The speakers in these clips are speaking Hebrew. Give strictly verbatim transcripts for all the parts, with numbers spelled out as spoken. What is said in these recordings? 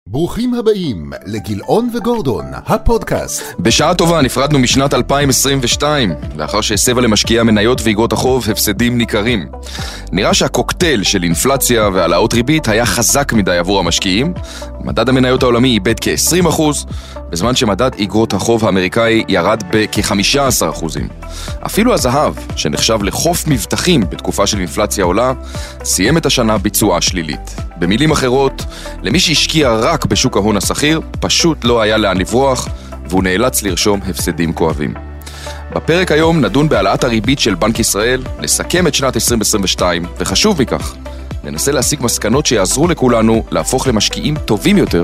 ברוכים הבאים לגילאון וגורדון, הפודקאסט. בשעה טובה נפרדנו משנת אלפיים עשרים ושתיים, לאחר שהסבה למשקיעי המניות ואיגרות החוב הפסדים ניכרים. נראה שהקוקטייל של אינפלציה והעלאות ריבית היה חזק מדי עבור המשקיעים. מדד המניות העולמי איבד כ-עשרים אחוז, בזמן שמדד איגרות החוב האמריקאי ירד בכ-חמישה עשר אחוזים. אפילו הזהב, שנחשב לחוף מבטחים בתקופה של אינפלציה עולה, סיים את השנה ביצועה שלילית. במילים אחרות, למי שהשקיע רק בשוק ההון הסחיר, פשוט לא היה לאן לברוח, והוא נאלץ לרשום הפסדים כואבים. בפרק היום נדון בהעלאת הריבית של בנק ישראל, נסכם את שנת עשרים עשרים ושתיים, וחשוב מכך, ננסה להסיק מסקנות שיעזרו לכולנו להפוך למשקיעים טובים יותר,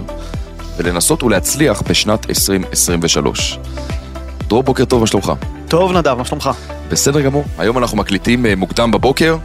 ולנסות ולהצליח בשנת עשרים עשרים ושלוש. דרור, בוקר טוב, מה שלומך? טוב נדב, מה שלומך? בסדר גמור. היום אנחנו מקליטים מוקדם בבוקר,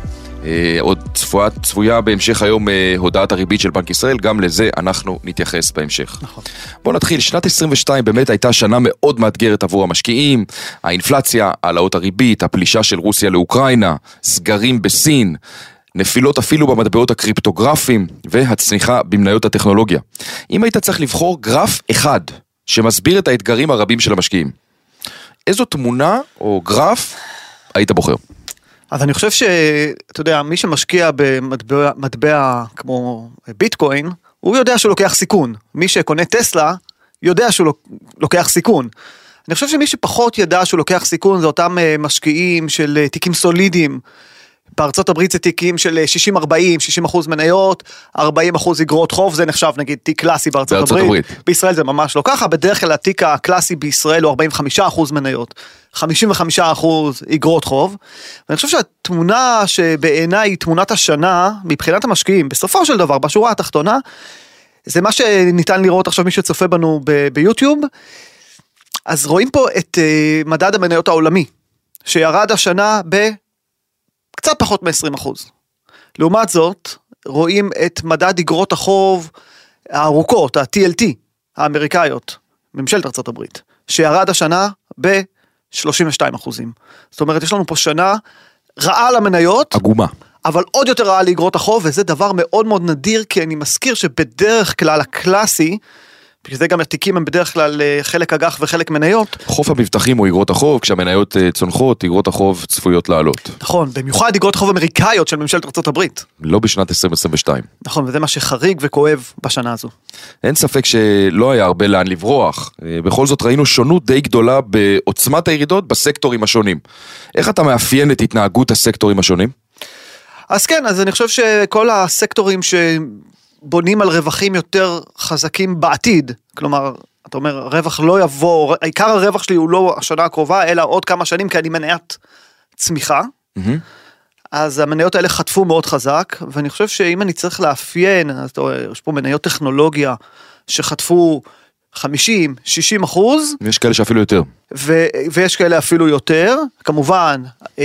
עוד צפויה, צפויה בהמשך היום הודעת הריבית של בנק ישראל, גם לזה אנחנו נתייחס בהמשך. נכון. בואו נתחיל, שנת עשרים ושתיים באמת הייתה שנה מאוד מאתגרת עבור המשקיעים, האינפלציה, העלאות הריבית, הפלישה של רוסיה לאוקראינה, סגרים בסין, נפילות אפילו במטבעות הקריפטוגרפיים, והצניחה במניות הטכנולוגיה. אם היית צריך לבחור גרף אחד שמסביר את האתגרים הרבים של המשקיעים, איזו תמונה או גרף היית בוחר? אז אני חושב שאתה יודע, מי שמשקיע במטבע מטבע כמו ביטקוין, הוא יודע שהוא לוקח סיכון. מי שקונה טסלה, יודע שהוא לוקח סיכון. אני חושב שמי שפחות ידע שהוא לוקח סיכון, זה אותם משקיעים של תיקים סולידיים. בארצות הברית זה תיקים של שישים ארבעים, שישים אחוז מניות, ארבעים אחוז אגרות חוב, זה נחשב נגיד תיק קלאסי בארצות, בארצות הברית. הברית. בישראל זה ממש לא ככה, בדרך כלל התיק הקלאסי בישראל הוא ארבעים וחמישה אחוז מניות, חמישים וחמישה אחוז אגרות חוב, ואני חושב שהתמונה שבעיניי היא תמונת השנה, מבחינת המשקיעים, בסופו של דבר, בשורה התחתונה, זה מה שניתן לראות עכשיו מי שצופה בנו ב- ביוטיוב, אז רואים פה את uh, מדד המניות העולמי, שירד השנה ב... קצת פחות מ-עשרים אחוז. לעומת זאת, רואים את מדד אגרות החוב הארוכות, ה-טי אל טי, האמריקאיות, ממשלת ארצות הברית, שירד השנה ב-שלושים ושתיים אחוזים. זאת אומרת, יש לנו פה שנה רעה למניות, עגומה. אבל עוד יותר רעה לאגרות החוב, וזה דבר מאוד מאוד נדיר, כי אני מזכיר שבדרך כלל הקלאסי, בגלל זה גם התיקים הם בדרך כלל חלק אג"ח וחלק מניות. חוף המבטחים הוא אגרות החוב, כשהמניות צונחות, אגרות החוב צפויות לעלות. נכון, במיוחד אגרות חוב אמריקאיות של ממשלת ארצות הברית. לא בשנת עשרים עשרים ושתיים. נכון, וזה מה שחריג וכואב בשנה הזו. אין ספק שלא היה הרבה לאן לברוח. בכל זאת ראינו שונות די גדולה בעוצמת הירידות בסקטורים השונים. איך אתה מאפיין את התנהגות הסקטורים השונים? אז כן, אז אני חושב שכל הסקטורים ש... בונים על רווחים יותר חזקים בעתיד, כלומר, אתה אומר, רווח לא יבוא, העיקר הרווח שלי הוא לא השנה הקרובה, אלא עוד כמה שנים, כי אני מניית צמיחה, mm-hmm. אז המניות האלה חטפו מאוד חזק, ואני חושב שאם אני צריך לאפיין, אז אתה רואה, יש פה מניות טכנולוגיה, שחטפו חמישים, שישים אחוז. יש כאלה שאפילו יותר. ו- ויש כאלה אפילו יותר, כמובן,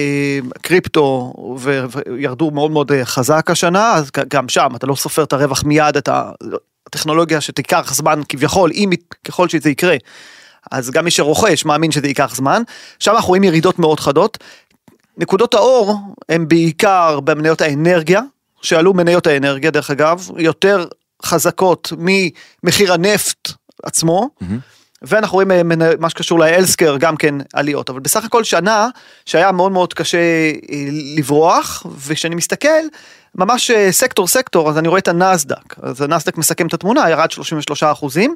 קריפטו וירדו מאוד מאוד חזק השנה, אז גם שם אתה לא סופר את הרווח מיד, את הטכנולוגיה שתיקח זמן כביכול, אם ככל שזה יקרה, אז גם מי שרוכש מאמין שזה ייקח זמן, שם אנחנו רואים ירידות מאוד חדות, נקודות האור הן בעיקר במניות האנרגיה, שעלו מניות האנרגיה דרך אגב, יותר חזקות ממחיר הנפט עצמו, mm-hmm. ואנחנו רואים מה שקשור לאלסקר גם כן עליות, אבל בסך הכל שנה שהיה מאוד מאוד קשה לברוח, וכשאני מסתכל ממש סקטור סקטור, אז אני רואה את הנסדק, אז הנסדק מסכם את התמונה, ירד שלושים ושלושה אחוזים,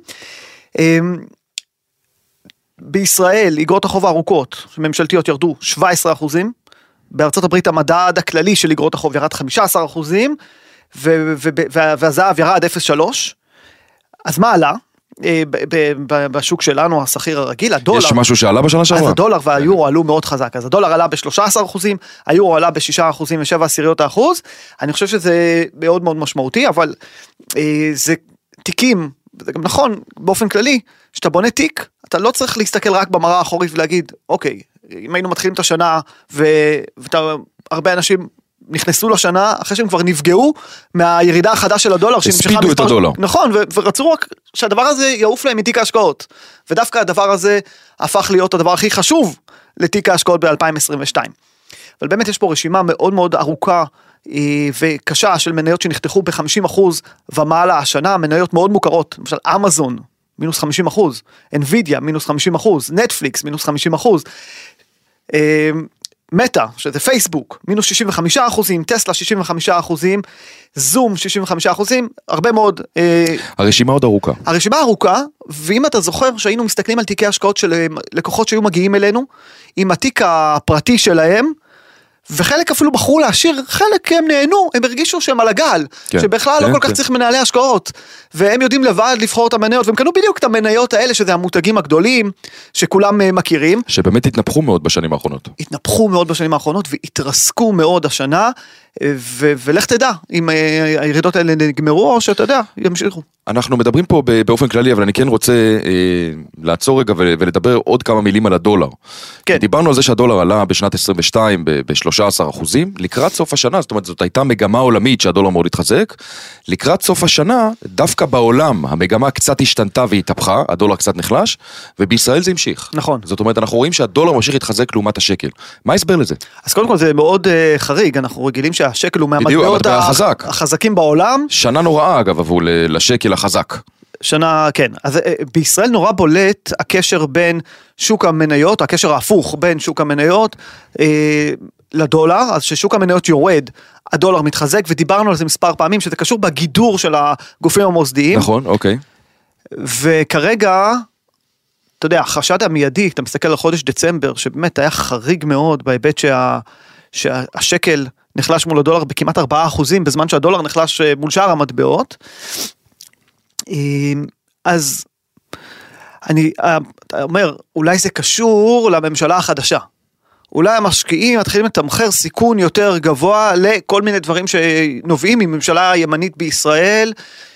בישראל אגרות החוב הארוכות ממשלתיות ירדו שבעה עשר אחוזים, בארצות הברית המדד הכללי של אגרות החוב ירד חמישה עשר אחוזים, והזהב ירד אפס נקודה שלוש, אז מה עלה? בשוק שלנו, הסחיר הרגיל, הדולר... יש משהו שעלה בשנה שעברה? אז הדולר והיורו עלו מאוד חזק, אז הדולר עלה ב-שלושה עשר אחוזים, היורו עלה ב-שישה אחוזים ושבע עשיריות האחוז, אני חושב שזה מאוד מאוד משמעותי, אבל אה, זה תיקים, זה גם נכון, באופן כללי, שאתה בונה תיק, אתה לא צריך להסתכל רק במראה האחורית ולהגיד, אוקיי, אם היינו מתחילים את השנה, והרבה אנשים... נכנסו לשנה, אחרי שהם כבר נפגעו, מהירידה החדה של הדולר, הספידו את הדולר. נכון, ו- ורצו רק שהדבר הזה יעוף להם מתיק ההשקעות, ודווקא הדבר הזה הפך להיות הדבר הכי חשוב, לתיק ההשקעות ב-אלפיים עשרים ושתיים. אבל באמת יש פה רשימה מאוד מאוד ארוכה, וקשה של מניות שנחתכו ב-חמישים אחוז ומעלה השנה, מניות מאוד מוכרות, למשל אמזון, מינוס חמישים אחוז, אנווידיה, מינוס חמישים אחוז, נטפליקס, מינוס חמישים אחוז, מטה, שזה פייסבוק, מינוס שישים וחמישה אחוזים, טסלה שישים וחמישה אחוזים, זום שישים וחמישה אחוזים, הרבה מאוד... הרשימה עוד ארוכה. הרשימה ארוכה, ואם אתה זוכר שהיינו מסתכלים על תיקי השקעות של לקוחות שהיו מגיעים אלינו, עם התיק הפרטי שלהם, וחלק אפילו בחרו להשאיר, חלק הם נהנו, הם הרגישו שהם על הגל, כן, שבכלל כן, לא כל כך כן. צריך מנהלי השקעות, והם יודעים לבד לבחור את המניות, והם קנו בדיוק את המניות האלה, שזה המותגים הגדולים, שכולם מכירים. שבאמת התנפחו מאוד בשנים האחרונות. התנפחו מאוד בשנים האחרונות, והתרסקו מאוד השנה, ו- ולך תדע, אם הירידות האלה נגמרו, או שאתה יודע, ימשיכו. אנחנו מדברים פה באופן כללי, אבל אני כן רוצה אה, לעצור רגע ולדבר עוד כמה מילים על הדולר. כן. דיברנו על זה שהדולר עלה בשנת עשרים ושתיים ב-שלושה עשר אחוזים, לקראת סוף השנה, זאת אומרת, זאת הייתה מגמה עולמית שהדולר מאוד התחזק, לקראת סוף השנה, דווקא בעולם, המגמה קצת השתנתה והתהפכה, הדולר קצת נחלש, ובישראל זה המשיך. נכון. זאת אומרת, אנחנו רואים שהדולר ממשיך להתחזק לעומת השקל. מה הסבר לזה? אז קודם כל זה מאוד uh, חריג, אנחנו רגילים שהשקל הוא מהמטבעות החזק. החזקים בעולם. שנה נוראה אגב, עבור לשקל החזק. שנה, כן. אז בישראל נורא בולט הקשר בין שוק המניות, הקשר ההפוך בין שוק המניות אה, לדולר, אז ששוק המניות יורד, הדולר מתחזק, ודיברנו על זה מספר פעמים, שזה קשור בגידור של הגופים המוסדיים. נכון, אוקיי. וכרגע, אתה יודע, החשד המיידי, אתה מסתכל על חודש דצמבר, שבאמת היה חריג מאוד, בהיבט שה, שהשקל נחלש מול הדולר בכמעט ארבעה אחוזים, בזמן שהדולר נחלש מול שאר המטבעות, אז אני אומר, אולי זה קשור לממשלה החדשה. אולי המשקיעים מתחילים לתמחר סיכון יותר גבוה לכל מיני דברים שנובעים מממשלה ימנית בישראל,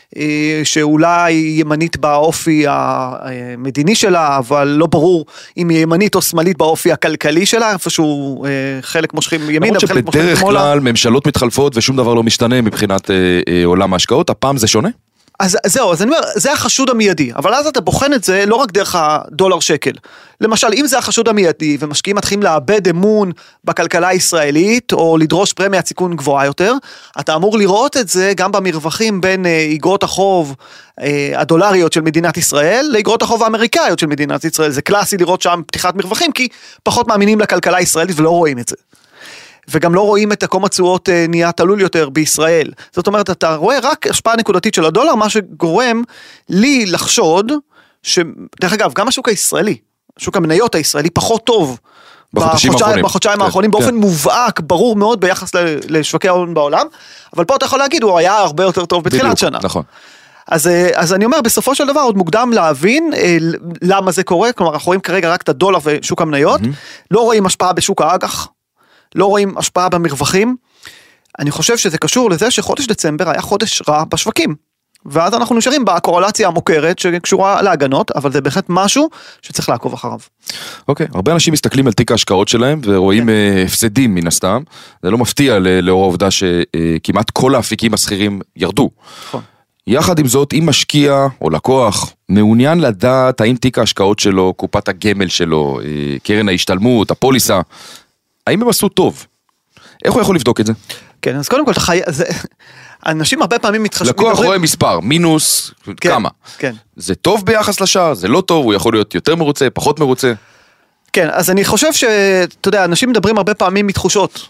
שאולי ימנית באופי המדיני שלה, אבל לא ברור אם היא ימנית או שמאלית באופי הכלכלי שלה, איפשהו חלק מושכים ימין, אבל חלק מושכים שמאלה. בדרך כלל ממשלות מתחלפות ושום דבר לא משתנה מבחינת עולם ההשקעות, הפעם זה שונה? אז זהו, אז אני אומר, זה החשוד המיידי, אבל אז אתה בוחן את זה לא רק דרך הדולר שקל. למשל, אם זה החשוד המיידי, ומשקיעים מתחילים לאבד אמון בכלכלה הישראלית, או לדרוש פרמיית סיכון גבוהה יותר, אתה אמור לראות את זה גם במרווחים בין איגרות החוב הדולריות של מדינת ישראל, לאיגרות החוב האמריקאיות של מדינת ישראל. זה קלאסי לראות שם פתיחת מרווחים, כי פחות מאמינים לכלכלה הישראלית ולא רואים את זה. וגם לא רואים את הקום התשואות נהיה תלול יותר בישראל. זאת אומרת, אתה רואה רק השפעה נקודתית של הדולר, מה שגורם לי לחשוד, שדרך אגב, גם השוק הישראלי, שוק המניות הישראלי פחות טוב, בחודשים האחרונים, בחודשיים האחרונים, באופן מובהק, ברור מאוד ביחס לשווקי ההון בעולם, אבל פה אתה יכול להגיד, הוא היה הרבה יותר טוב בתחילת שנה. נכון. אז, אז אני אומר, בסופו של דבר, עוד מוקדם להבין למה זה קורה, כלומר, אנחנו רואים כרגע רק את הדולר ושוק המניות, לא רואים השפעה בשוק האג"ח, לא רואים השפעה במרווחים. אני חושב שזה קשור לזה שחודש דצמבר היה חודש רע בשווקים, ואז אנחנו נשארים בקורלציה המוכרת שקשורה להגנות, אבל זה בהחלט משהו שצריך לעקוב אחריו. אוקיי, הרבה אנשים מסתכלים על תיק ההשקעות שלהם ורואים הפסדים מן הסתם, זה לא מפתיע לאור העובדה שכמעט כל האפיקים הסחירים ירדו. נכון. יחד עם זאת, אם משקיע או לקוח מעוניין לדעת האם תיק ההשקעות שלו, קופת הגמל שלו, קרן ההשתלמות, הפוליסה, האם הם עשו טוב? איך הוא יכול לבדוק את זה? כן, אז קודם כל, חי... זה... אנשים הרבה פעמים מתחשבים... לקוח רואה מספר, מינוס, כן, כמה. כן. זה טוב ביחס לשאר, זה לא טוב, הוא יכול להיות יותר מרוצה, פחות מרוצה. כן, אז אני חושב שאתה יודע, אנשים מדברים הרבה פעמים מתחושות,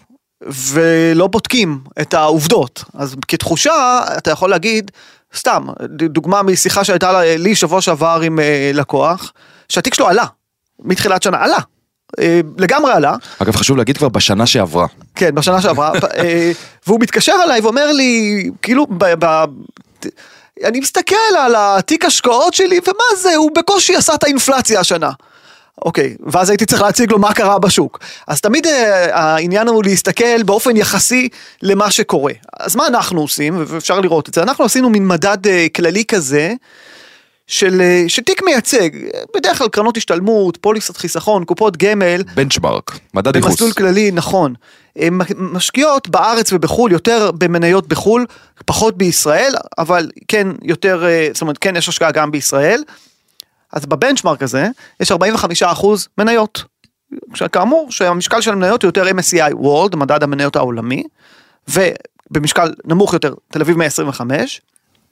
ולא בודקים את העובדות. אז כתחושה, אתה יכול להגיד, סתם, דוגמה משיחה שהייתה לי שבוע שעבר עם לקוח, שהתיק שלו עלה, מתחילת שנה, עלה. לגמרי עלה. אגב, חשוב להגיד כבר בשנה שעברה. כן, בשנה שעברה. והוא מתקשר אליי ואומר לי, כאילו, אני מסתכל על התיק השקעות שלי, ומה זה? הוא בקושי עשה את האינפלציה השנה. אוקיי, ואז הייתי צריך להציג לו מה קרה בשוק. אז תמיד העניין הוא להסתכל באופן יחסי למה שקורה. אז מה אנחנו עושים? ואפשר לראות את זה. אנחנו עשינו מין מדד כללי כזה, של, שתיק מייצג, בדרך כלל קרנות השתלמות, פוליסת חיסכון, קופות גמל. בנצ'מרק, מדד ייחוס. במסלול כללי, נכון. משקיעות בארץ ובחול, יותר במניות בחול, פחות בישראל, אבל כן יותר, זאת אומרת, כן יש השקעה גם בישראל. אז בבנצ'מרק הזה, יש ארבעים וחמישה אחוז מניות. כאמור, שהמשקל של המניות הוא יותר אם אס סי איי World, מדד המניות העולמי, ובמשקל נמוך יותר, תל אביב מאה עשרים וחמש,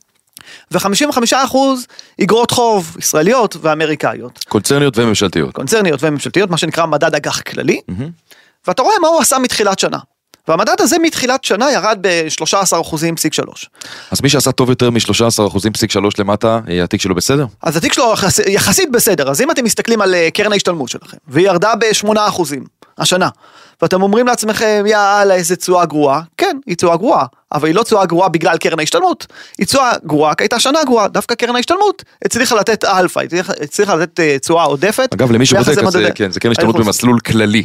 ו-חמישים וחמישה אחוז איגרות חוב ישראליות ואמריקאיות. קונצרניות וממשלתיות. קונצרניות וממשלתיות, מה שנקרא מדד אג"ח כללי, mm-hmm. ואתה רואה מה הוא עשה מתחילת שנה. והמדד הזה מתחילת שנה ירד ב-שלושה עשר אחוזים פסיק שלוש. אז מי שעשה טוב יותר מ-שלושה עשר אחוזים פסיק שלוש למטה, התיק שלו בסדר? אז התיק שלו יחסית בסדר. אז אם אתם מסתכלים על קרן ההשתלמות שלכם, והיא ירדה ב-שמונה אחוזים השנה, ואתם אומרים לעצמכם, יאללה, איזה צועה גרועה, כן, היא צועה גרועה, אבל היא לא צועה גרועה בגלל קרן ההשתלמות, היא צועה גרועה, כי הייתה שנה גרועה, דווקא קרן ההשתלמות הצליחה לתת אלפא, הצליחה לתת צועה עודפת. אגב, למי שבודק, זה, כן, זה קרן השתלמות במסלול כללי,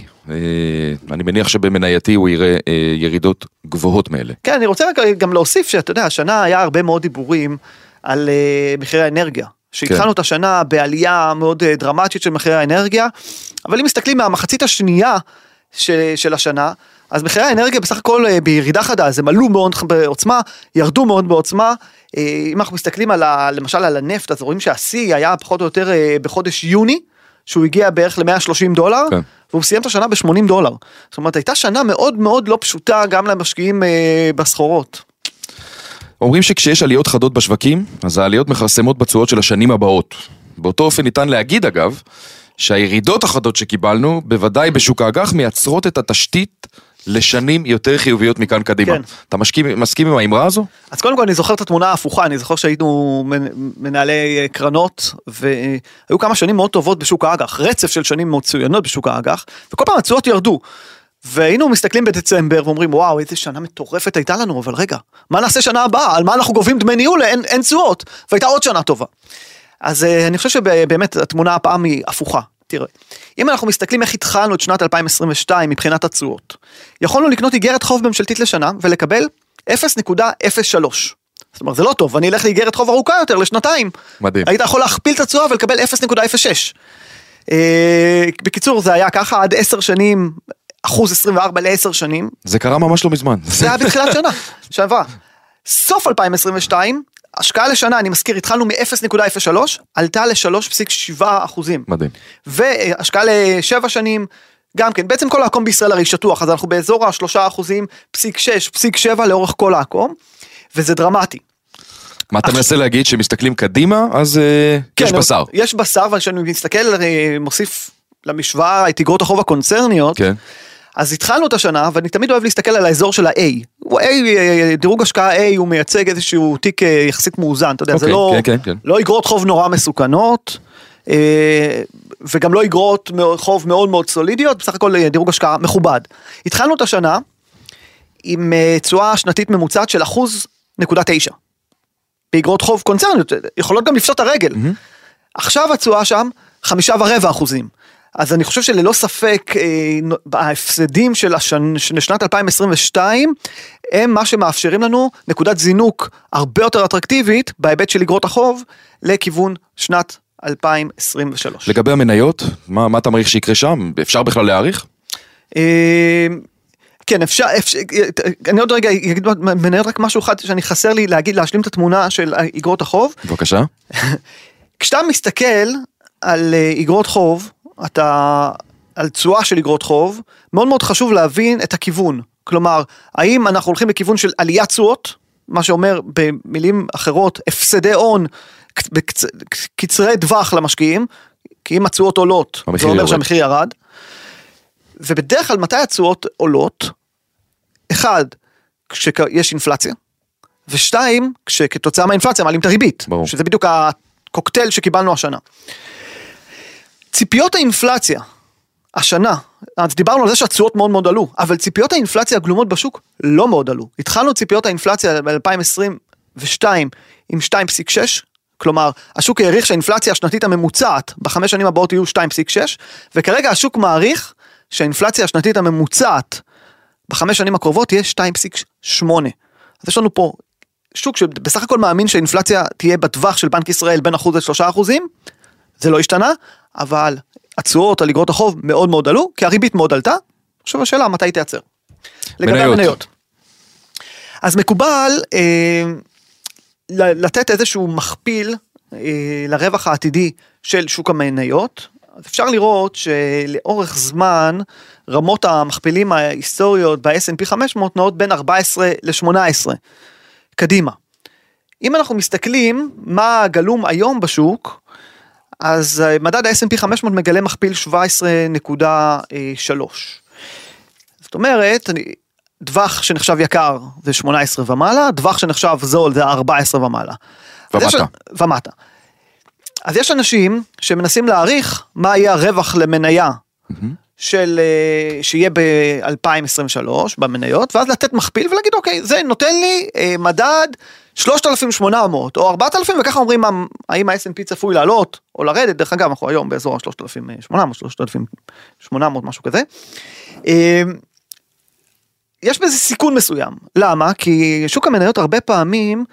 אני מניח שבמנייתי הוא יראה ירידות גבוהות מאלה. כן, אני רוצה גם להוסיף שאתה יודע, השנה היה הרבה מאוד דיבורים על מחירי האנרגיה, שהתחלנו את השנה בעלייה מאוד דרמטית של מחירי האנרגיה, אבל אם מסתכלים מהמחצית השנייה של, של השנה, אז מחירי האנרגיה בסך הכל בירידה חדה, אז הם עלו מאוד בעוצמה, ירדו מאוד בעוצמה. אם אנחנו מסתכלים על ה, למשל על הנפט, אז רואים שהשיא היה פחות או יותר בחודש יוני, שהוא הגיע בערך ל-מאה ושלושים דולר, כן. והוא סיים את השנה ב-שמונים דולר. זאת אומרת, הייתה שנה מאוד מאוד לא פשוטה גם למשקיעים בסחורות. אומרים שכשיש עליות חדות בשווקים, אז העליות מכרסמות בצורות של השנים הבאות. באותו אופן ניתן להגיד אגב, שהירידות החדות שקיבלנו, בוודאי בשוק האג"ח, מייצרות את התשתית לשנים יותר חיוביות מכאן קדימה. כן. אתה מסכים, מסכים עם האמרה הזו? אז קודם כל אני זוכר את התמונה ההפוכה, אני זוכר שהיינו מנהלי קרנות, והיו כמה שנים מאוד טובות בשוק האג"ח, רצף של שנים מצוינות בשוק האג"ח, וכל פעם התשואות ירדו. והיינו מסתכלים בדצמבר ואומרים, וואו, איזה שנה מטורפת הייתה לנו, אבל רגע, מה נעשה שנה הבאה? על מה אנחנו גובים דמי ניהול? אין, אין תשואות. והייתה עוד שנה טובה. אז אני חושב שבאמת התמונה הפעם היא הפוכה. תראה, אם אנחנו מסתכלים איך התחלנו את שנת אלפיים עשרים ושתיים מבחינת התשואות, יכולנו לקנות איגרת חוב ממשלתית לשנה ולקבל אפס נקודה אפס שלוש. זאת אומרת, זה לא טוב, אני אלך לאיגרת חוב ארוכה יותר לשנתיים. מדהים. היית יכול להכפיל את התשואה ולקבל אפס נקודה אפס שש. בקיצור, זה היה ככה עד עשר שנים, אחוז עשרים וארבע לעשר שנים. זה קרה ממש לא מזמן. זה היה בתחילת שנה, שעברה. סוף אלפיים עשרים ושתיים, השקעה לשנה, אני מזכיר, התחלנו מ-אפס נקודה אפס שלוש, עלתה ל-שלוש נקודה שבע אחוזים. מדהים. והשקעה לשבע שנים, גם כן, בעצם כל העקום בישראל הרי שטוח, אז אנחנו באזור ה-שלושה אחוזים, פסיק שש, פסיק שבע לאורך כל העקום, וזה דרמטי. מה אתה מנסה להגיד, שמסתכלים קדימה, אז יש בשר. יש בשר, וכשאני מסתכל, מוסיף למשוואה את איגרות החוב הקונצרניות, כן. אז התחלנו את השנה, ואני תמיד אוהב להסתכל על האזור של ה-A. A, דירוג השקעה A, הוא מייצג איזשהו תיק יחסית מאוזן, אתה יודע, זה לא, לא איגרות חוב נורא מסוכנות, וגם לא איגרות חוב מאוד מאוד סולידיות, בסך הכל דירוג השקעה מכובד. התחלנו את השנה, עם תשואה שנתית ממוצעת של אחוז נקודה תשע. באיגרות חוב קונצרניות, יכולות גם לפשוט הרגל. עכשיו התשואה שם, חמישה ורבע אחוזים. אז אני חושב שללא ספק, ההפסדים של שנת אלפיים עשרים ושתיים, הם מה שמאפשרים לנו נקודת זינוק הרבה יותר אטרקטיבית, בהיבט של איגרות החוב, לכיוון שנת אלפיים עשרים ושלוש. לגבי המניות, מה, מה אתה מעריך שיקרה שם? אפשר בכלל להעריך? כן, אפשר, אפשר, אני עוד רגע אגיד מניות רק משהו אחד, שאני חסר לי להגיד, להשלים את התמונה של איגרות החוב. בבקשה. כשאתה מסתכל על איגרות חוב, אתה, על תשואה של איגרות חוב, מאוד מאוד חשוב להבין את הכיוון. כלומר, האם אנחנו הולכים לכיוון של עליית תשואות, מה שאומר במילים אחרות, הפסדי הון, קצרי טווח למשקיעים, כי אם התשואות עולות, זה אומר שהמחיר ירד. ובדרך כלל מתי התשואות עולות? אחד, כשיש אינפלציה, ושתיים, כשכתוצאה מהאינפלציה מעלים את הריבית, ברור. שזה בדיוק הקוקטייל שקיבלנו השנה. ציפיות האינפלציה, השנה, אז דיברנו על זה שהתשואות מאוד מאוד עלו, אבל ציפיות האינפלציה הגלומות בשוק לא מאוד עלו. התחלנו ציפיות האינפלציה ב-אלפיים עשרים ושתיים עם שתיים נקודה שש, כלומר, השוק העריך שהאינפלציה השנתית הממוצעת בחמש שנים הבאות יהיו שתיים נקודה שש, וכרגע השוק מעריך שהאינפלציה השנתית הממוצעת בחמש שנים הקרובות תהיה שתיים נקודה שמונה. אז יש לנו פה שוק שבסך הכל מאמין שהאינפלציה תהיה בטווח של בנק ישראל בין אחוז לשלושה אחוזים, זה לא השתנה, אבל התשואות על איגרות החוב מאוד מאוד עלו, כי הריבית מאוד עלתה. עכשיו השאלה, מתי תייצר? לגבי המניות. אז מקובל אה, לתת איזשהו מכפיל אה, לרווח העתידי של שוק המניות. אז אפשר לראות שלאורך זמן, רמות המכפילים ההיסטוריות ב-אס אנד פי חמש מאות נעות בין ארבע עשרה ל-שמונה עשרה. קדימה. אם אנחנו מסתכלים מה גלום היום בשוק, אז מדד ה-אס אנד פי חמש מאות מגלה מכפיל שבע עשרה נקודה שלוש. זאת אומרת, דווח שנחשב יקר זה שמונה עשרה ומעלה, דווח שנחשב זול זה ארבע עשרה ומעלה. ומטה. ומטה. אז יש אנשים שמנסים להעריך מה יהיה הרווח למניה של, שיהיה ב-אלפיים עשרים ושלוש במניות, ואז לתת מכפיל ולהגיד, אוקיי, זה נותן לי מדד שלושת אלפים ושמונה מאות או ארבעת אלפים, וככה אומרים האם ה-אס אנד פי צפוי לעלות או לרדת, דרך אגב, אנחנו היום באזור ה-שלושת אלפים ושמונה מאות, שלושת אלפים ושמונה מאות, משהו כזה. יש בזה סיכון מסוים. למה? כי שוק המניות הרבה פעמים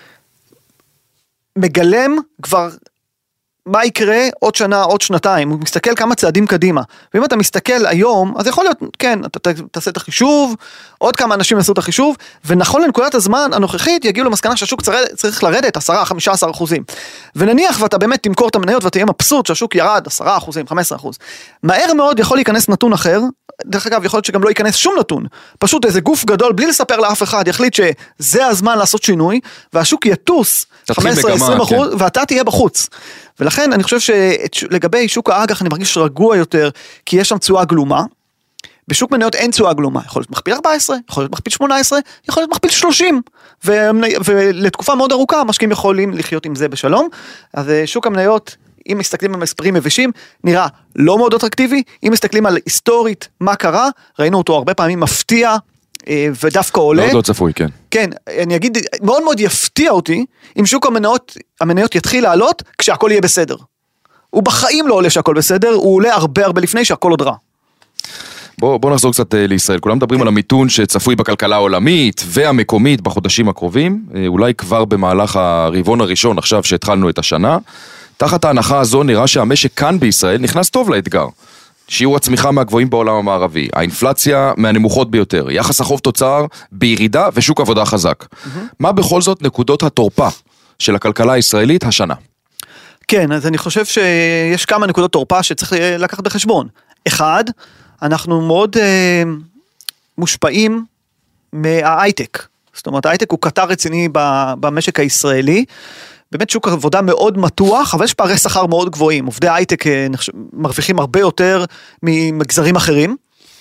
מגלם כבר מה יקרה עוד שנה, עוד שנתיים, הוא מסתכל כמה צעדים קדימה, ואם אתה מסתכל היום, אז יכול להיות, כן, אתה תעשה את החישוב, עוד כמה אנשים יעשו את החישוב, ונכון לנקודת הזמן הנוכחית, יגיעו למסקנה שהשוק צריך לרדת עשרה עד חמישה עשר אחוזים, ונניח ואתה באמת תמכור את המניות, ותהיה מבסוט שהשוק ירד עשרה אחוזים, חמישה עשר אחוז, מהר מאוד יכול להיכנס נתון אחר, דרך אגב, יכול להיות שגם לא ייכנס שום נתון, פשוט איזה גוף גדול, בלי לספר לאף אחד, יחליט שזה הזמן לעשות שינוי, והשוק יטוס חמש עשרה עד עשרים אחוז, כן. ואתה תהיה בחוץ. ולכן אני חושב שלגבי שוק האג"ח אני מרגיש רגוע יותר, כי יש שם תשואה גלומה, בשוק מניות אין תשואה גלומה, יכול להיות מכפיל ארבע עשרה, יכול להיות מכפיל שמונה עשרה, יכול להיות מכפיל שלושים, ו- ולתקופה מאוד ארוכה, המשקיעים יכולים לחיות עם זה בשלום, אז שוק המניות, אם מסתכלים על מספרים מבשים, נראה לא מאוד אטרקטיבי, אם מסתכלים על היסטורית מה קרה, ראינו אותו הרבה פעמים מפתיע, ודווקא עולה. מאוד לא צפוי, כן. כן, אני אגיד, מאוד מאוד יפתיע אותי, אם שוק המניות, המניות יתחיל לעלות, כשהכל יהיה בסדר. הוא בחיים לא עולה שהכל בסדר, הוא עולה הרבה הרבה לפני שהכל עוד רע. בוא, בוא נחזור קצת לישראל. כולם מדברים על המיתון שצפוי בכלכלה העולמית והמקומית בחודשים הקרובים, אולי כבר במהלך הרבעון הראשון, עכשיו שהתחלנו את השנה. תחת ההנחה הזו נראה שהמשק כאן בישראל נכנס טוב לאתגר. שיעור הצמיחה מהגבוהים בעולם המערבי, האינפלציה מהנמוכות ביותר, יחס החוב תוצר בירידה ושוק עבודה חזק. Mm-hmm. מה בכל זאת נקודות התורפה של הכלכלה הישראלית השנה? כן, אז אני חושב שיש כמה נקודות תורפה שצריך לקחת בחשבון. אחד, אנחנו מאוד אה, מושפעים מההייטק. זאת אומרת, ההייטק הוא קטר רציני במשק הישראלי, באמת שוק עבודה מאוד מתוח, אבל יש פערי שכר מאוד גבוהים. עובדי הייטק מרוויחים הרבה יותר ממגזרים אחרים,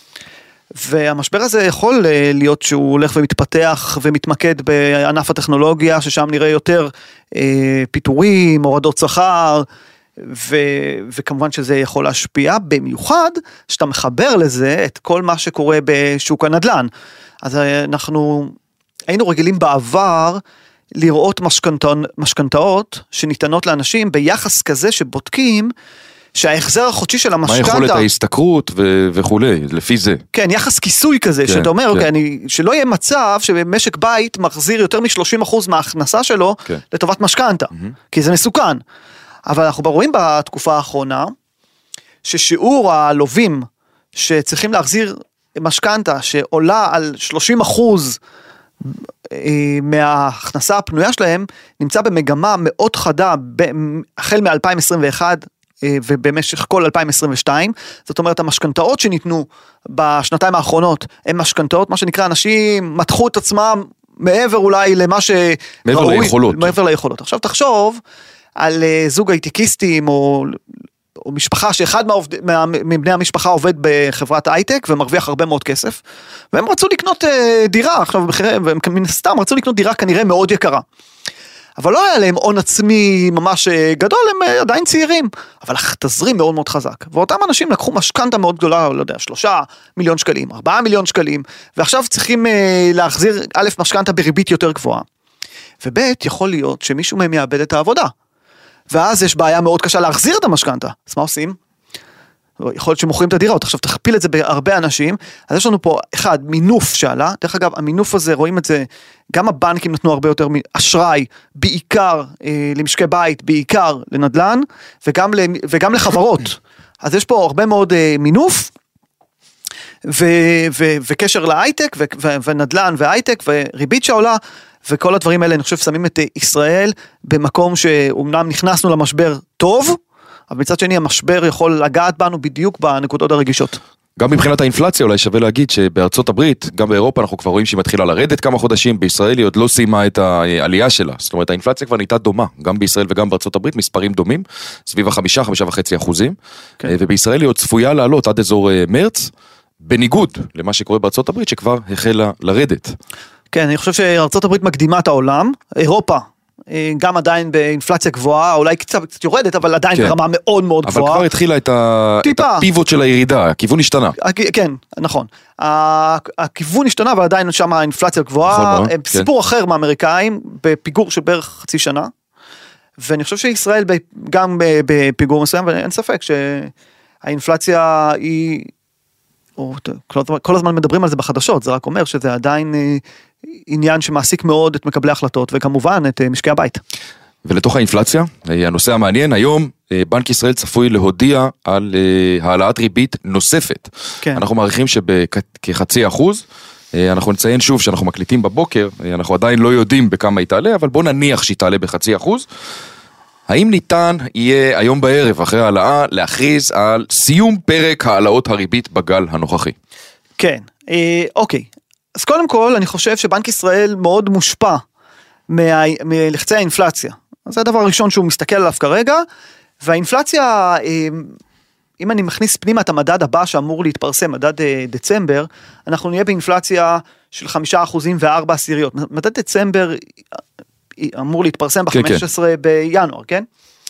והמשבר הזה יכול להיות שהוא הולך ומתפתח ומתמקד בענף הטכנולוגיה, ששם נראה יותר אה, פיטורים, הורדות שכר, ו, וכמובן שזה יכול להשפיע, במיוחד שאתה מחבר לזה את כל מה שקורה בשוק הנדל"ן. אז אנחנו היינו רגילים בעבר, לראות משכנתאות שניתנות לאנשים ביחס כזה שבודקים שההחזר החודשי של המשכנתה... מה יכולת ההסתכרות ו- וכולי, לפי זה. כן, יחס כיסוי כזה, כן, שאתה אומר, כן. אוקיי, אני, שלא יהיה מצב שבמשק בית מחזיר יותר מ-שלושים אחוז מההכנסה שלו כן. לטובת משכנתה, mm-hmm. כי זה מסוכן. אבל אנחנו רואים בתקופה האחרונה, ששיעור הלווים שצריכים להחזיר משכנתה שעולה על שלושים אחוז מההכנסה הפנויה שלהם, נמצא במגמה מאוד חדה, החל מ-אלפיים עשרים ואחת ובמשך כל אלפיים עשרים ושתיים, זאת אומרת, המשכנתאות שניתנו בשנתיים האחרונות, הן משכנתאות, מה שנקרא, אנשים מתחו את עצמם מעבר אולי למה שראוי, מעבר ליכולות. מעבר ליכולות. עכשיו תחשוב על זוג הייטקיסטים או... או משפחה שאחד מהעובד, מה, מבני המשפחה עובד בחברת הייטק ומרוויח הרבה מאוד כסף, והם רצו לקנות אה, דירה, עכשיו והם מן הסתם רצו לקנות דירה כנראה מאוד יקרה. אבל לא היה להם הון עצמי ממש גדול, הם אה, עדיין צעירים, אבל התזרים מאוד מאוד חזק. ואותם אנשים לקחו משכנתה מאוד גדולה, לא יודע, שלושה מיליון שקלים, ארבעה מיליון שקלים, ועכשיו צריכים אה, להחזיר א' משכנתה בריבית יותר גבוהה. וב' יכול להיות שמישהו מהם יאבד את העבודה. ואז יש בעיה מאוד קשה להחזיר את המשכנתה. אז מה עושים? יכול להיות שמוכרים את הדירות, עכשיו תכפיל את זה בהרבה אנשים, אז יש לנו פה אחד, מינוף שעלה, דרך אגב, המינוף הזה, רואים את זה, גם הבנקים נתנו הרבה יותר אשראי, בעיקר אה, למשקי בית, בעיקר לנדלן, וגם, וגם לחברות. אז יש פה הרבה מאוד אה, מינוף, ו, ו, וקשר להייטק, ו, ו, ונדלן והייטק, וריבית שעולה, וכל הדברים האלה, אני חושב, שמים את ישראל במקום שאומנם נכנסנו למשבר טוב, אבל מצד שני המשבר יכול לגעת בנו בדיוק בנקודות הרגישות. גם מבחינת האינפלציה אולי שווה להגיד שבארצות הברית, גם באירופה אנחנו כבר רואים שהיא מתחילה לרדת כמה חודשים, בישראל היא עוד לא סיימה את העלייה שלה, זאת אומרת האינפלציה כבר נהייתה דומה, גם בישראל וגם בארצות הברית, מספרים דומים, סביב החמישה, חמישה וחצי אחוזים, כן. ובישראל היא עוד צפויה לעלות עד אזור מרץ, בניגוד למה שקורה בארצות הברית שכבר החלה לרדת. כן, אני חושב שארצות הברית מקדימה את העולם, אירופה, גם עדיין באינפלציה גבוהה, אולי קצת, קצת יורדת, אבל עדיין כן. ברמה מאוד מאוד אבל גבוהה. אבל כבר התחילה את, ה... את הפיבוט של הירידה, הכיוון השתנה. כן, נכון. הכיוון השתנה, אבל עדיין שם האינפלציה גבוהה, נכון, סיפור כן. אחר מהאמריקאים, בפיגור של בערך חצי שנה, ואני חושב שישראל גם בפיגור מסוים, ואין ספק שהאינפלציה היא, או, כל הזמן מדברים על זה בחדשות, זה רק אומר שזה עדיין עניין שמעסיק מאוד את מקבלי ההחלטות, וכמובן את משקי הבית. ולתוך האינפלציה, הנושא המעניין, היום בנק ישראל צפוי להודיע על העלאת ריבית נוספת. כן. אנחנו מעריכים שבכחצי אחוז, אנחנו נציין שוב שאנחנו מקליטים בבוקר, אנחנו עדיין לא יודעים בכמה היא תעלה, אבל בוא נניח שהיא תעלה בחצי אחוז. האם ניתן יהיה היום בערב, אחרי העלאה, להכריז על סיום פרק העלאות הריבית בגל הנוכחי? כן, אוקיי. אז קודם כל, אני חושב שבנק ישראל מאוד מושפע מלחצי האינפלציה. זה הדבר הראשון שהוא מסתכל עליו כרגע, והאינפלציה, אם אני מכניס פנימה את המדד הבא שאמור להתפרסם, מדד דצמבר, אנחנו נהיה באינפלציה של חמישה אחוזים וארבע עשיריות. מדד דצמבר אמור להתפרסם ב-חמישה עשר כן, כן. בינואר, כן?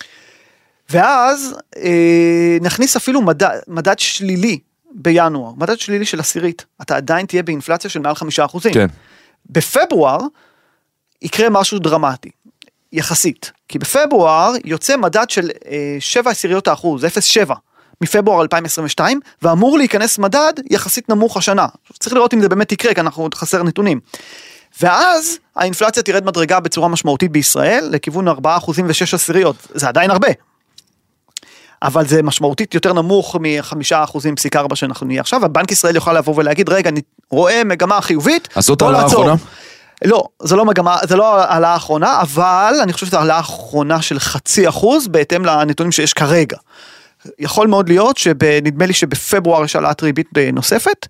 ואז נכניס אפילו מדד, מדד שלילי, בינואר, מדד שלילי של עשירית, אתה עדיין תהיה באינפלציה של מעל חמישה אחוזים. כן. בפברואר יקרה משהו דרמטי, יחסית, כי בפברואר יוצא מדד של אה, שבע עשיריות האחוז, אפס נקודה שבע, מפברואר אלפיים עשרים ושתיים, ואמור להיכנס מדד יחסית נמוך השנה. צריך לראות אם זה באמת יקרה, כי אנחנו עוד חסר נתונים. ואז האינפלציה תרד מדרגה בצורה משמעותית בישראל, לכיוון ארבעה אחוזים ושש עשיריות, זה עדיין הרבה. אבל זה משמעותית יותר נמוך מ-חמישה אחוזים פסיק ארבע שאנחנו נהיה עכשיו, ובנק ישראל יוכל לבוא ולהגיד, רגע, אני רואה מגמה חיובית, אז זאת העלאה האחרונה? לא, זה לא מגמה, זה לא העלאה האחרונה, אבל אני חושב שזו העלאה האחרונה של חצי אחוז, בהתאם לנתונים שיש כרגע. יכול מאוד להיות שנדמה לי שבפברואר יש העלאת ריבית נוספת,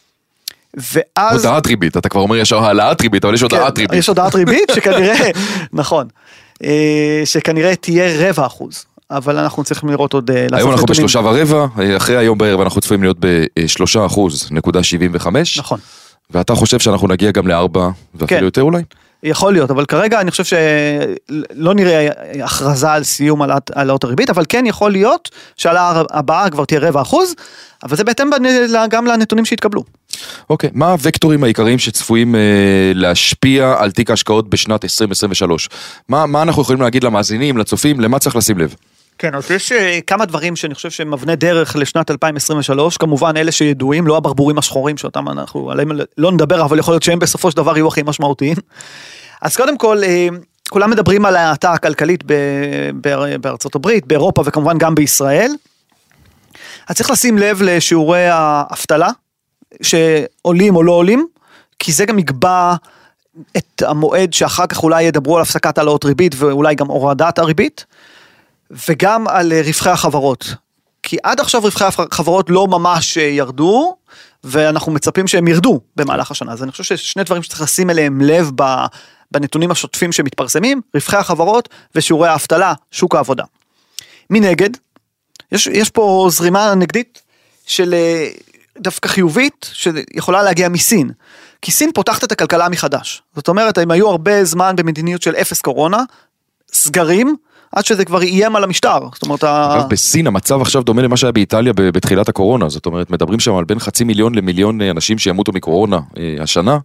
ואז... הודעת ריבית, אתה כבר אומר יש העלאת ריבית, אבל יש הודעת ריבית. יש הודעת ריבית שכנראה, נכון, שכנראה תהיה רבע אחוז. אבל אנחנו צריכים לראות עוד... היום אנחנו בשלושה ורבע, אחרי היום בערב אנחנו צפויים להיות בשלושה אחוז נקודה שבעים וחמש. נכון. ואתה חושב שאנחנו נגיע גם לארבע ואפילו יותר אולי? יכול להיות, אבל כרגע אני חושב שלא נראה הכרזה על סיום העלאות הריבית, אבל כן יכול להיות שהעלאה הבאה כבר תהיה רבע אחוז, אבל זה בהתאם גם לנתונים שהתקבלו. אוקיי, מה הוקטורים העיקריים שצפויים להשפיע על תיק ההשקעות בשנת עשרים עשרים ושלוש? מה, מה אנחנו יכולים להגיד למאזינים, לצופים, למה צריך לשים לב? כן, אז יש כמה דברים שאני חושב שמבנה דרך לשנת אלפיים עשרים ושלוש, כמובן אלה שידועים, לא הברבורים השחורים שאותם אנחנו עליהם לא נדבר, אבל יכול להיות שהם בסופו של דבר יהיו הכי משמעותיים. אז קודם כל, כולם מדברים על ההאטה הכלכלית בארצות הברית, באירופה וכמובן גם בישראל. אז צריך לשים לב לשיעורי האבטלה, שעולים או לא עולים, כי זה גם יקבע את המועד שאחר כך אולי ידברו על הפסקת העלאות ריבית, ואולי גם הורדת הריבית, וגם על רווחי החברות. כי עד עכשיו רווחי החברות לא ממש ירדו, ואנחנו מצפים שהם ירדו במהלך השנה. אז אני חושב ששני דברים שצריך לשים אליהם לב בנתונים השוטפים שמתפרסמים, רווחי החברות ושיעורי האבטלה, שוק העבודה. מנגד, יש, יש פה זרימה נגדית של דווקא חיובית, שיכולה להגיע מסין. כי סין פותחת את הכלכלה מחדש. זאת אומרת, הם היו הרבה זמן במדיניות של אפס קורונה, סגרים, עד שזה כבר איים על המשטר. זאת אומרת, אגב, בסין המצב עכשיו דומה למה שהיה באיטליה בתחילת הקורונה. זאת אומרת, מדברים שם על בין חצי מיליון למיליון אנשים שימותו מקורונה השנה.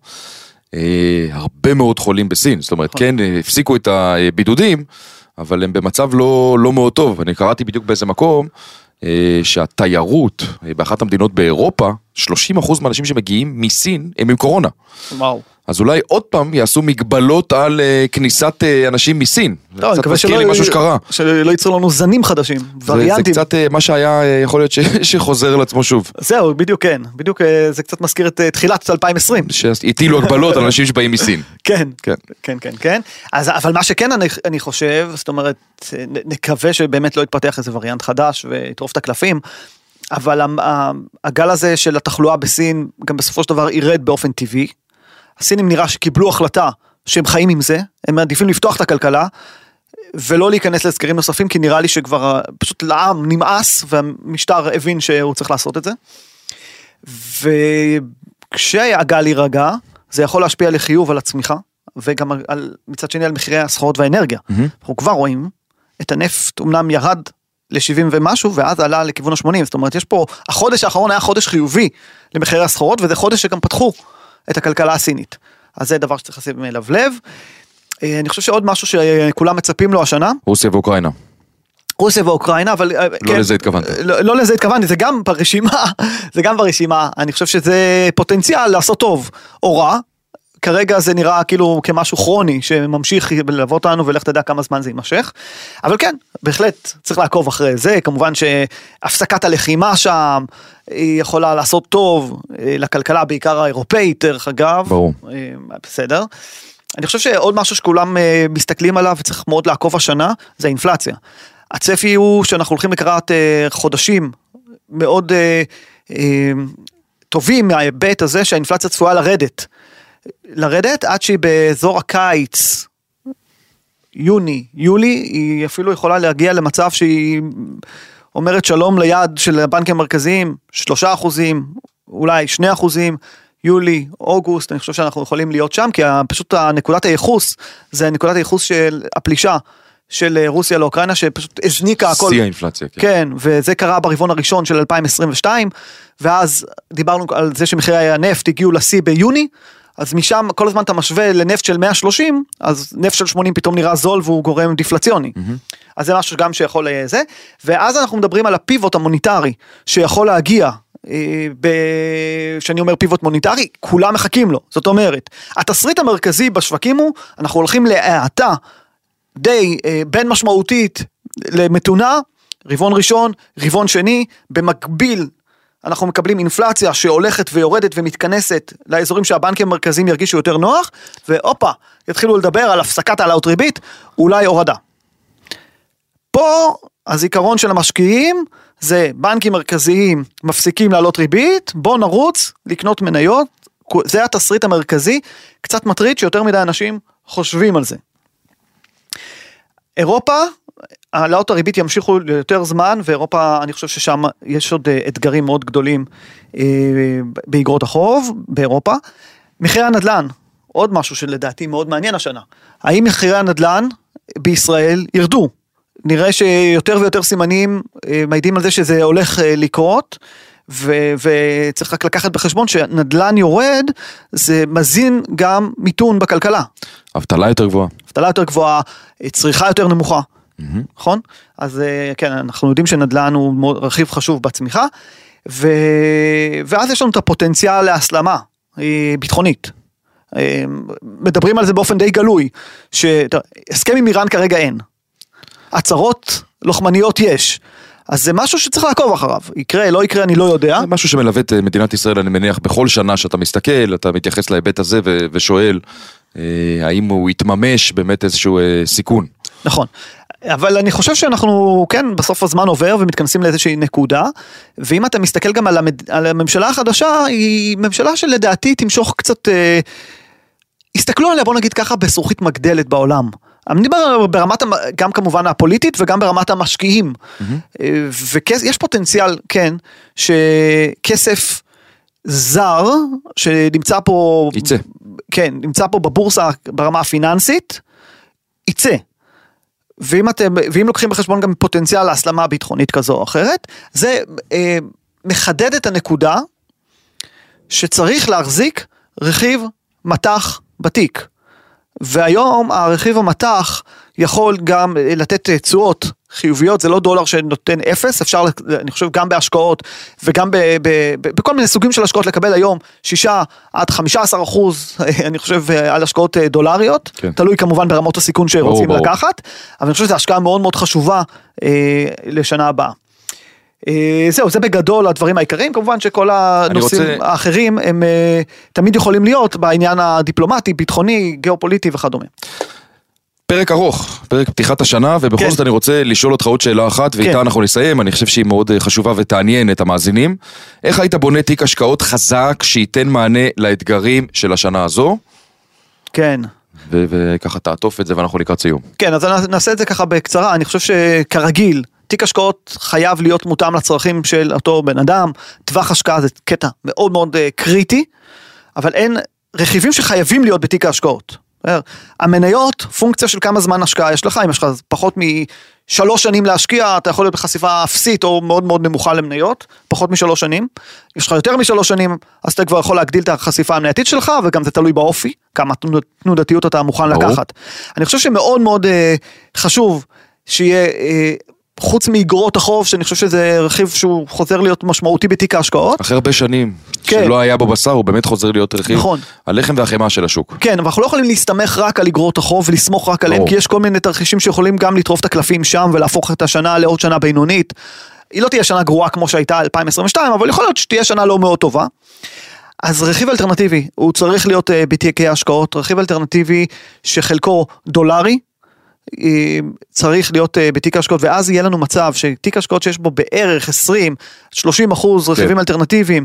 הרבה מאוד חולים בסין. זאת אומרת, כן, הפסיקו את הבידודים, אבל הם במצב לא, לא מאוד טוב. אני קראתי בדיוק באיזה מקום, שהתיירות באחת המדינות באירופה, שלושים אחוז מהאנשים שמגיעים מסין הם עם קורונה. וואו. אז אולי עוד פעם יעשו מגבלות על uh, כניסת uh, אנשים מסין. לא, זה קצת מזכיר לי משהו שקרה. שלא ייצרו לנו זנים חדשים, וריאנטים. זה קצת uh, מה שהיה, uh, יכול להיות ש, שחוזר לעצמו שוב. זהו, בדיוק כן. בדיוק uh, זה קצת מזכיר את uh, תחילת אלפיים עשרים. שהטילו הגבלות על אנשים שבאים מסין. כן, כן, כן, כן, כן. אז, אבל מה שכן אני, אני חושב, זאת אומרת, נקווה שבאמת לא יתפתח איזה וריאנט חדש ויטרוף את הקלפים, אבל הגל הזה של התחלואה בסין, גם בסופו של דבר ירד באופן טבעי. הסינים נראה שקיבלו החלטה שהם חיים עם זה, הם מעדיפים לפתוח את הכלכלה, ולא להיכנס לסגרים נוספים, כי נראה לי שכבר פשוט לעם נמאס, והמשטר הבין שהוא צריך לעשות את זה. וכשהגל יירגע, זה יכול להשפיע לחיוב על הצמיחה, וגם על, מצד שני על מחירי הסחורות והאנרגיה. Mm-hmm. אנחנו כבר רואים, את הנפט אומנם ירד ל-שבעים ומשהו, ואז עלה לכיוון ה-שמונים, זאת אומרת, יש פה, החודש האחרון היה חודש חיובי למחירי הסחורות, וזה חודש שגם פתחו את הכלכלה הסינית. אז זה דבר שצריך לשים אליו לב. אני חושב שעוד משהו שכולם מצפים לו השנה. רוסיה ואוקראינה. רוסיה ואוקראינה, אבל... לא כן, לזה התכוונתי. לא, לא לזה התכוונתי, זה גם ברשימה, זה גם ברשימה. אני חושב שזה פוטנציאל לעשות טוב או רע. כרגע זה נראה כאילו כמשהו כרוני, שממשיך ללוות אותנו, ולך תדע כמה זמן זה יימשך. אבל כן, בהחלט צריך לעקוב אחרי זה. כמובן שהפסקת הלחימה שם, היא יכולה לעשות טוב לכלכלה, בעיקר האירופאית, דרך אגב. ברור. בסדר. אני חושב שעוד משהו שכולם מסתכלים עליו, וצריך מאוד לעקוב השנה, זה האינפלציה. הצפי הוא שאנחנו הולכים לקראת חודשים מאוד טובים מההיבט הזה, שהאינפלציה צפויה לרדת. לרדת עד שהיא באזור הקיץ, יוני, יולי, היא אפילו יכולה להגיע למצב שהיא אומרת שלום ליד של הבנקים המרכזיים, שלושה אחוזים, אולי שני אחוזים, יולי, אוגוסט, אני חושב שאנחנו יכולים להיות שם, כי פשוט הנקודת הייחוס, זה נקודת הייחוס של הפלישה של רוסיה לאוקראינה, שפשוט הזניקה הכל. שיא האינפלציה. כן. כן, וזה קרה ברבעון הראשון של אלפיים עשרים ושתיים, ואז דיברנו על זה שמחירי הנפט הגיעו לשיא ביוני, אז משם כל הזמן אתה משווה לנפט של מאה ושלושים, אז נפט של שמונים פתאום נראה זול, והוא גורם דיפלציוני. Mm-hmm. אז זה משהו גם שיכול זה, ואז אנחנו מדברים על הפיבוט המוניטרי, שיכול להגיע, ב... שאני אומר פיבוט מוניטרי, כולם מחכים לו. זאת אומרת, התסריט המרכזי בשווקים הוא, אנחנו הולכים להאטה די בין משמעותית למתונה, רבעון ראשון, רבעון שני, במקביל אנחנו מקבלים אינפלציה שהולכת ויורדת ומתכנסת לאזורים שהבנקים המרכזיים ירגישו יותר נוח, ואופה, יתחילו לדבר על הפסקת העלאות ריבית, אולי הורדה. פה הזיכרון של המשקיעים זה בנקים מרכזיים מפסיקים לעלות ריבית, בוא נרוץ לקנות מניות, זה התסריט המרכזי, קצת מטריד שיותר מדי אנשים חושבים על זה. אירופה, העלאות הריבית ימשיכו ליותר זמן, ואירופה, אני חושב ששם יש עוד אתגרים מאוד גדולים אה, באגרות החוב, באירופה. מחירי הנדלן, עוד משהו שלדעתי מאוד מעניין השנה. האם מחירי הנדלן בישראל ירדו? נראה שיותר ויותר סימנים אה, מעידים על זה שזה הולך אה, לקרות, ו- וצריך רק לקחת בחשבון שנדלן יורד, זה מזין גם מיתון בכלכלה. אבטלה יותר גבוהה. אבטלה יותר גבוהה, צריכה יותר נמוכה. נכון? אז כן, אנחנו יודעים שנדל"ן הוא רכיב חשוב בצמיחה, ו... ואז יש לנו את הפוטנציאל להסלמה ביטחונית. מדברים על זה באופן די גלוי, שהסכם עם איראן כרגע אין. הצהרות לוחמניות יש. אז זה משהו שצריך לעקוב אחריו. יקרה, לא יקרה, אני לא יודע. זה משהו שמלווה את מדינת ישראל, אני מניח, בכל שנה שאתה מסתכל, אתה מתייחס להיבט הזה ו... ושואל, האם הוא יתממש באמת איזשהו סיכון. נכון. אבל אני חושב שאנחנו, כן, בסוף הזמן עובר ומתכנסים לאיזושהי נקודה, ואם אתה מסתכל גם על, המד... על הממשלה החדשה, היא ממשלה שלדעתי תמשוך קצת, אה, הסתכלו עליה, בוא נגיד ככה, בזכוכית מגדלת בעולם. אני מדבר ברמת, גם כמובן הפוליטית, וגם ברמת המשקיעים. Mm-hmm. ויש פוטנציאל, כן, שכסף זר, שנמצא פה, יצא. כן, נמצא פה בבורסה ברמה הפיננסית, יצא. ואם אתם, ואם לוקחים בחשבון גם פוטנציאל להסלמה ביטחונית כזו או אחרת, זה אה, מחדד את הנקודה שצריך להחזיק רכיב מתח בתיק. והיום הרכיב המתח יכול גם לתת תשואות חיוביות, זה לא דולר שנותן אפס, אפשר, אני חושב, גם בהשקעות, וגם ב, ב, ב, בכל מיני סוגים של השקעות לקבל היום שישה עד חמישה עשר אחוז, אני חושב, על השקעות דולריות, כן. תלוי כמובן ברמות הסיכון שרוצים בוא, לקחת, בוא. אבל אני חושב שזו השקעה מאוד מאוד חשובה אה, לשנה הבאה. אה, זהו, זה בגדול הדברים העיקריים, כמובן שכל הנושאים רוצה... האחרים, הם אה, תמיד יכולים להיות בעניין הדיפלומטי, ביטחוני, גיאופוליטי וכדומה. פרק ארוך, פרק פתיחת השנה, ובכל כן. זאת אני רוצה לשאול אותך עוד שאלה אחת, ואיתה כן. אנחנו נסיים, אני חושב שהיא מאוד חשובה ותעניין את המאזינים. איך היית בונה תיק השקעות חזק, שייתן מענה לאתגרים של השנה הזו? כן. ו- וככה תעטוף את זה, ואנחנו לקראת סיום. כן, אז נעשה את זה ככה בקצרה, אני חושב שכרגיל, תיק השקעות חייב להיות מותאם לצרכים של אותו בן אדם, טווח השקעה זה קטע מאוד מאוד קריטי, אבל אין רכיבים שחייבים להיות בתיק ההשקעות. המניות, פונקציה של כמה זמן השקעה יש לך, אם יש לך פחות משלוש שנים להשקיע, אתה יכול להיות בחשיפה אפסית או מאוד מאוד נמוכה למניות, פחות משלוש שנים, יש לך יותר משלוש שנים, אז אתה כבר יכול להגדיל את החשיפה המנייתית שלך, וגם זה תלוי באופי, כמה תנודתיות אתה מוכן לקחת. אני חושב שמאוד מאוד אה, חשוב שיהיה, אה, חוץ מאגרות החוב, שאני חושב שזה רכיב שהוא חוזר להיות משמעותי בתיק ההשקעות. אחרי הרבה שנים, כן. שלא היה בו בשר, הוא באמת חוזר להיות רכיב, נכון. הלחם והחמאה של השוק. כן, אבל אנחנו לא יכולים להסתמך רק על אגרות החוב, ולסמוך רק עליהם, כי יש כל מיני תרחישים שיכולים גם לטרוף את הקלפים שם, ולהפוך את השנה לעוד שנה בינונית. היא לא תהיה שנה גרועה כמו שהייתה אלפיים עשרים ושתיים, אבל יכול להיות שתהיה שנה לא מאוד טובה. אז רכיב אלטרנטיבי, הוא צריך להיות בתיקי ההשקעות, רכיב אלטרנטיבי שחלקו דולרי, צריך להיות בתיק ההשקעות, ואז יהיה לנו מצב שתיק ההשקעות שיש בו בערך עשרים שלושים אחוז רכיבים אלטרנטיביים,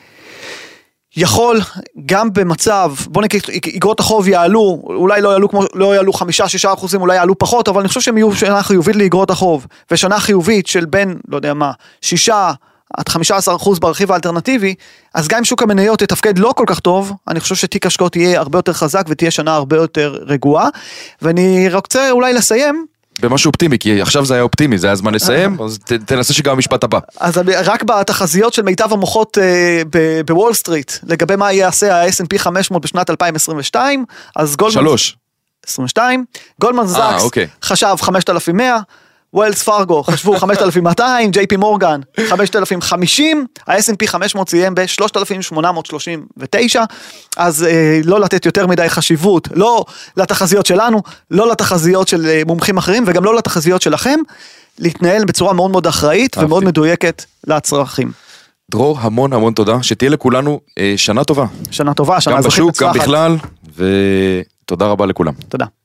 יכול גם במצב, בוא נגיד, אגרות החוב יעלו, אולי לא יעלו כמו, לא יעלו חמישה שישה אחוזים, אולי יעלו פחות, אבל אני חושב שהם יהיו שנה חיובית לאגרות החוב, ושנה חיובית של בין, לא יודע מה, שישה עד חמישה עשר אחוז ברכיב האלטרנטיבי, אז גם אם שוק המניות יתפקד לא כל כך טוב, אני חושב שתיק השקעות יהיה הרבה יותר חזק, ותהיה שנה הרבה יותר רגועה, ואני רוצה אולי לסיים, במשהו אופטימי, כי עכשיו זה היה אופטימי, זה היה זמן לסיים, אז תנסה שגם המשפט הבא. אז רק בתחזיות של מיטב המוחות בוול סטריט, לגבי מה יעשה ה-אס אנד פי חמש מאות בשנת אלפיים עשרים ושתיים, אז גולדמן... שלוש. עשרים ושתיים, גולדמן זאקס חשב חמשת אלפים ומאה, ווילס פארגו חשבו חמשת אלפים ומאתיים, ג'יי פי מורגן חמשת אלפים וחמישים, ה-אס אנד פי חמש מאות סיים ב-שלושת אלפים שמונה מאות שלושים ותשע, אז אה, לא לתת יותר מדי חשיבות, לא לתחזיות שלנו, לא לתחזיות של אה, מומחים אחרים, וגם לא לתחזיות שלכם, להתנהל בצורה מאוד מאוד אחראית, אהבתי. ומאוד מדויקת להצרכים. דרור, המון המון תודה, שתהיה לכולנו אה, שנה טובה. שנה טובה, שנה גם בשוק, גם בכלל, ותודה רבה לכולם. תודה.